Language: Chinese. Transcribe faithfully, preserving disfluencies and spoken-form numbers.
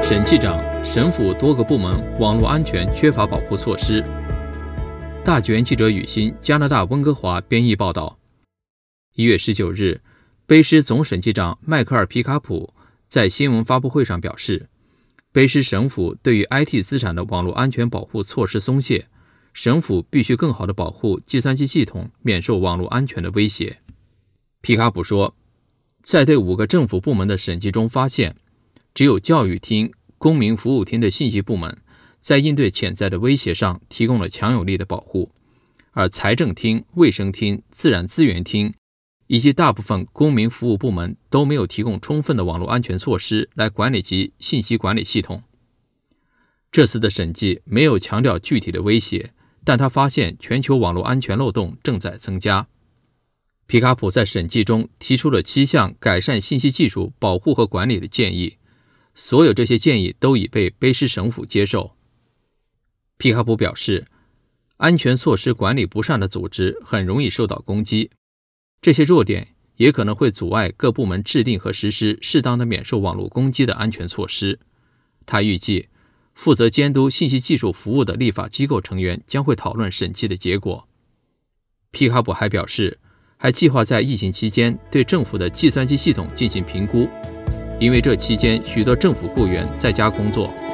审计长、省府多个部门网络安全缺乏保护措施。大纪元记者雨欣，加拿大温哥华编译报道。一月十九日，卑诗总审计长迈克尔·皮卡普在新闻发布会上表示，卑诗省府对于 I T 资产的网络安全保护措施松懈，省府必须更好地保护计算机系统免受网络安全的威胁。皮卡普说，在对五个政府部门的审计中发现，只有教育厅、公民服务厅的信息部门在应对潜在的威胁上提供了强有力的保护，而财政厅、卫生厅、自然资源厅以及大部分公民服务部门都没有提供充分的网络安全措施来管理其信息管理系统。这次的审计没有强调具体的威胁，但他发现全球网络安全漏洞正在增加。皮卡普在审计中提出了七项改善信息技术保护和管理的建议，所有这些建议都已被卑诗省府接受。皮卡普表示，安全措施管理不善的组织很容易受到攻击，这些弱点也可能会阻碍各部门制定和实施适当的免受网络攻击的安全措施。他预计，负责监督信息技术服务的立法机构成员将会讨论审计的结果。皮卡普还表示，还计划在疫情期间对政府的计算机系统进行评估，因为这期间许多政府雇员在家工作。